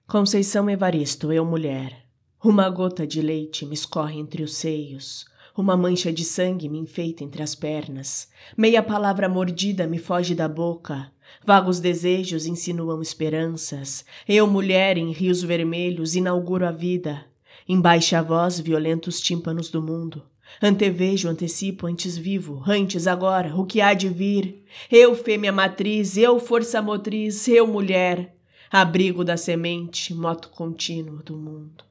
Conceição Evaristo, eu mulher. Uma gota de leite me escorre entre os seios. Uma mancha de sangue me enfeita entre as pernas. Meia palavra mordida me foge da boca. Vagos desejos insinuam esperanças. Eu, mulher, em rios vermelhos, inauguro a vida. Em baixa voz, violentos tímpanos do mundo. Antevejo, antecipo, antes vivo, antes, agora, o que há de vir. Eu, fêmea matriz, eu, força motriz, eu, mulher. Abrigo da semente, moto contínuo do mundo.